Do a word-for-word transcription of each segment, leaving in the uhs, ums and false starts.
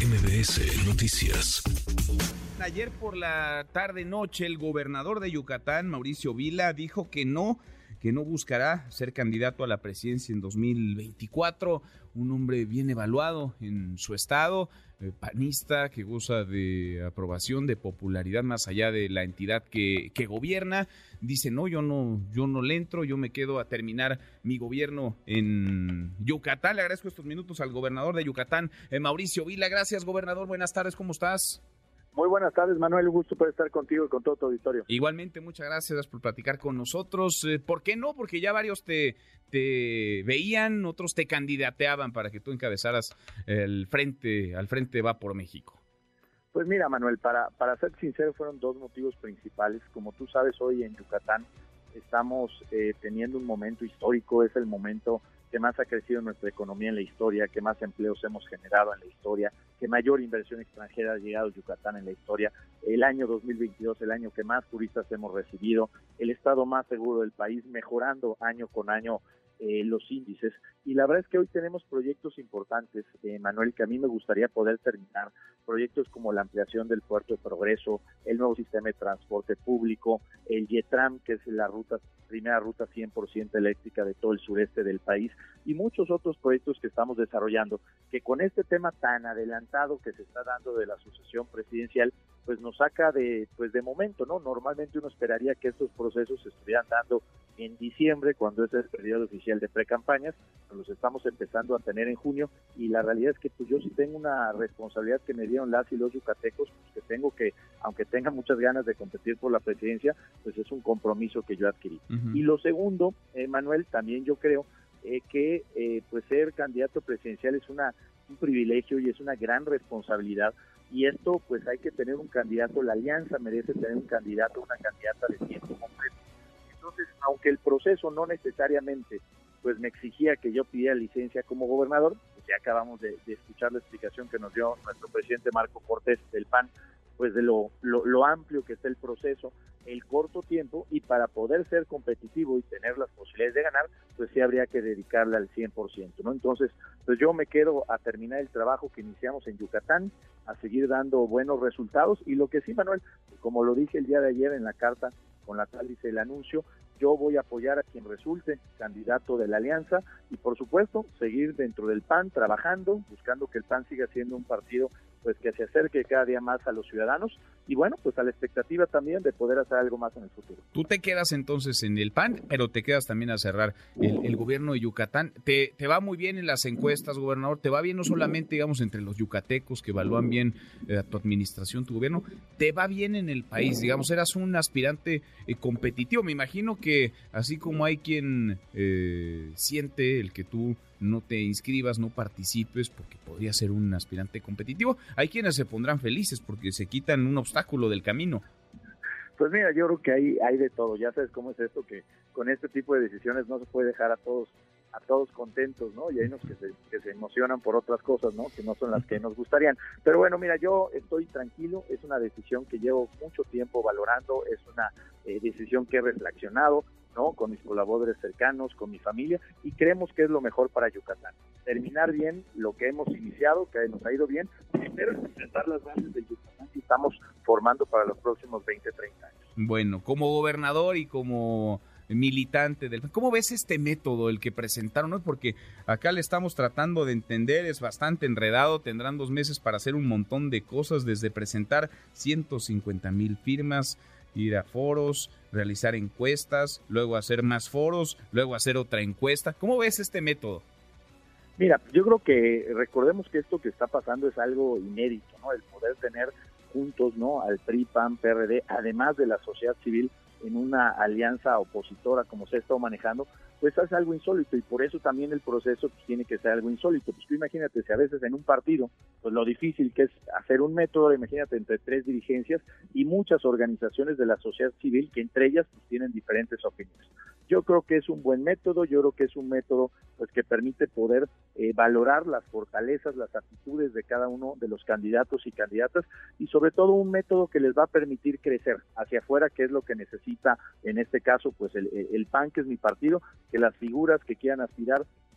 M B S Noticias. Ayer por la tarde-noche, el gobernador de Yucatán, Mauricio Vila, dijo que no, que no buscará ser candidato a la presidencia en dos mil veinticuatro. Un hombre bien evaluado en su estado, eh, panista, que goza de aprobación, de popularidad más allá de la entidad que, que gobierna. Dice, no, yo no, yo no le entro, yo me quedo a terminar mi gobierno en Yucatán. Le agradezco estos minutos al gobernador de Yucatán, eh, Mauricio Vila. Gracias, gobernador. Buenas tardes, ¿cómo estás? Muy buenas tardes, Manuel, un gusto poder estar contigo y con todo tu auditorio. Igualmente, muchas gracias por platicar con nosotros. Eh, ¿Por qué no? Porque ya varios te, te veían, otros te candidateaban para que tú encabezaras el frente, al Frente Va por México. Pues mira, Manuel, para, para ser sincero, fueron dos motivos principales. Como tú sabes, hoy en Yucatán estamos eh, teniendo un momento histórico, es el momento que más ha crecido nuestra economía en la historia, que más empleos hemos generado en la historia, que mayor inversión extranjera ha llegado a Yucatán en la historia, el año dos mil veintidós, el año que más turistas hemos recibido, el estado más seguro del país, mejorando año con año eh, los índices, y la verdad es que hoy tenemos proyectos importantes, eh, Manuel, que a mí me gustaría poder terminar, proyectos como la ampliación del Puerto de Progreso, el nuevo sistema de transporte público, el YETRAM, que es la ruta primera ruta cien por ciento eléctrica de todo el sureste del país, y muchos otros proyectos que estamos desarrollando, que con este tema tan adelantado que se está dando de la sucesión presidencial, pues nos saca de, pues de momento, ¿no? Normalmente uno esperaría que estos procesos se estuvieran dando en diciembre, cuando es el periodo oficial de precampañas, pues los estamos empezando a tener en junio, y la realidad es que pues yo sí tengo una responsabilidad que me dieron las y los yucatecos, pues que tengo que, aunque tenga muchas ganas de competir por la presidencia, pues es un compromiso que yo adquirí. Uh-huh. Y lo segundo, eh, Manuel, también yo creo eh, que eh, pues ser candidato presidencial es una un privilegio y es una gran responsabilidad, y esto pues hay que tener un candidato, la alianza merece tener un candidato, una candidata de tiempo completo. Entonces, aunque el proceso no necesariamente pues me exigía que yo pidiera licencia como gobernador, pues ya acabamos de, de escuchar la explicación que nos dio nuestro presidente Marco Cortés del P A N, pues de lo, lo, lo amplio que está el proceso, el corto tiempo, y para poder ser competitivo y tener las posibilidades de ganar, pues sí habría que dedicarle al cien por ciento, ¿no? Entonces, pues yo me quedo a terminar el trabajo que iniciamos en Yucatán, a seguir dando buenos resultados, y lo que sí, Manuel, como lo dije el día de ayer en la carta con la cual hice el anuncio, yo voy a apoyar a quien resulte candidato de la alianza, y por supuesto seguir dentro del P A N trabajando, buscando que el P A N siga siendo un partido pues que se acerque cada día más a los ciudadanos, y bueno, pues a la expectativa también de poder hacer algo más en el futuro. Tú te quedas entonces en el P A N, pero te quedas también a cerrar el, el gobierno de Yucatán. Te, te va muy bien en las encuestas, gobernador, te va bien no solamente, digamos, entre los yucatecos que evalúan bien eh, tu administración, tu gobierno, te va bien en el país, digamos, eras un aspirante eh, competitivo. Me imagino que así como hay quien eh, siente el que tú no te inscribas, no participes, porque podría ser un aspirante competitivo, hay quienes se pondrán felices porque se quitan un obstáculo del camino. Pues mira, yo creo que hay, hay de todo, ya sabes cómo es esto, que con este tipo de decisiones no se puede dejar a todos a todos contentos, ¿no? Y hay unos que se, que se emocionan por otras cosas, ¿no? Que no son las que nos gustarían. Pero bueno, mira, yo estoy tranquilo, es una decisión que llevo mucho tiempo valorando, es una eh, decisión que he reflexionado, ¿no? Con mis colaboradores cercanos, con mi familia, y creemos que es lo mejor para Yucatán. Terminar bien lo que hemos iniciado, que nos ha ido bien, primero presentar las bases de Yucatán que estamos formando para los próximos veinte, treinta años. Bueno, como gobernador y como militante del... ¿Cómo ves este método, el que presentaron hoy? Porque acá le estamos tratando de entender, es bastante enredado, tendrán dos meses para hacer un montón de cosas, desde presentar ciento cincuenta mil firmas, ir a foros, realizar encuestas, luego hacer más foros, luego hacer otra encuesta. ¿Cómo ves este método? Mira, yo creo que recordemos que esto que está pasando es algo inédito, ¿no? El poder tener juntos, ¿no? Al P R I, P A N, P R D, además de la sociedad civil, en una alianza opositora como se ha estado manejando, pues es algo insólito, y por eso también el proceso pues, tiene que ser algo insólito. Pues tú imagínate, si a veces en un partido, pues lo difícil que es hacer un método, imagínate entre tres dirigencias y muchas organizaciones de la sociedad civil que entre ellas pues tienen diferentes opiniones. Yo creo que es un buen método, yo creo que es un método pues que permite poder eh, valorar las fortalezas, las aptitudes de cada uno de los candidatos y candidatas, y sobre todo un método que les va a permitir crecer hacia afuera, que es lo que necesita en este caso pues el, el P A N, que es mi partido, que las figuras que quieran aspirar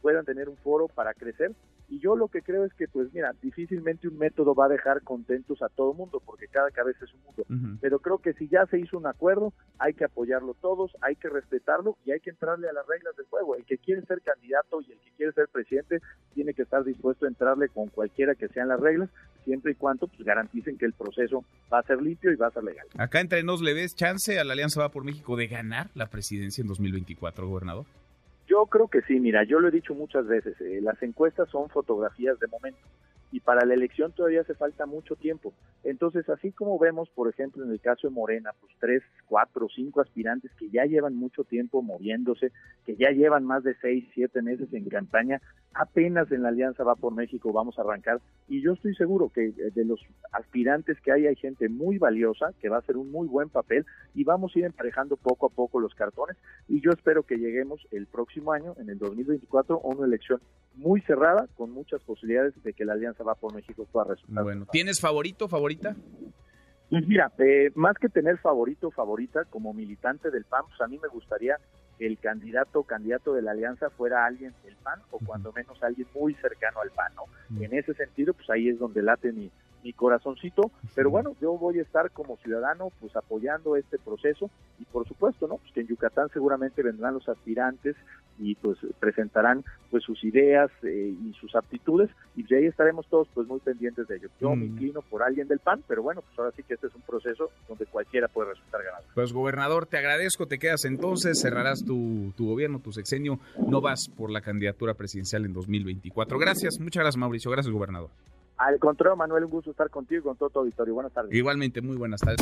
puedan tener un foro para crecer. Y yo lo que creo es que, pues mira, difícilmente un método va a dejar contentos a todo mundo, porque cada cabeza es un mundo. Uh-huh. Pero creo que si ya se hizo un acuerdo, hay que apoyarlo todos, hay que respetarlo y hay que entrarle a las reglas del juego. El que quiere ser candidato y el que quiere ser presidente tiene que estar dispuesto a entrarle con cualquiera que sean las reglas, siempre y cuando pues, garanticen que el proceso va a ser limpio y va a ser legal. Acá entre nos, ¿le ves chance a la Alianza Va por México de ganar la presidencia en dos mil veinticuatro, gobernador? Yo creo que sí, mira, yo lo he dicho muchas veces, eh, las encuestas son fotografías de momento y para la elección todavía hace falta mucho tiempo. Entonces, así como vemos, por ejemplo, en el caso de Morena, pues tres, cuatro, cinco aspirantes que ya llevan mucho tiempo moviéndose, que ya llevan más de seis, siete meses en campaña, apenas en la Alianza Va por México vamos a arrancar y yo estoy seguro que de los aspirantes que hay, hay gente muy valiosa, que va a hacer un muy buen papel y vamos a ir emparejando poco a poco los cartones y yo espero que lleguemos el próximo año, en el dos mil veinticuatro, a una elección muy cerrada, con muchas posibilidades de que la Alianza Va por México pueda resultar. Bueno, ¿tienes favorito, favorita? Pues mira, eh, más que tener favorito o favorita, como militante del P A N, pues a mí me gustaría que el candidato o candidato de la Alianza fuera alguien del P A N, o cuando menos alguien muy cercano al P A N, ¿no? Uh-huh. En ese sentido, pues ahí es donde late mi, mi corazoncito, pero bueno, yo voy a estar como ciudadano, pues apoyando este proceso, y por supuesto, ¿no? Pues que en Yucatán seguramente vendrán los aspirantes, y pues presentarán pues sus ideas eh, y sus aptitudes, y de ahí estaremos todos pues muy pendientes de ello. Yo mm. me inclino por alguien del P A N, pero bueno, pues ahora sí que este es un proceso donde cualquiera puede resultar ganador. Pues gobernador, te agradezco, te quedas entonces, cerrarás tu, tu gobierno, tu sexenio, no vas por la candidatura presidencial en dos mil veinticuatro. Gracias, muchas gracias Mauricio, gracias gobernador. Al contrario, Manuel, un gusto estar contigo y con todo tu auditorio. Buenas tardes. Igualmente, muy buenas tardes.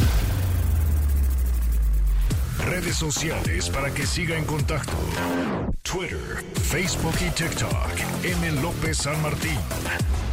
Redes sociales para que siga en contacto: Twitter, Facebook y TikTok. M. López San Martín.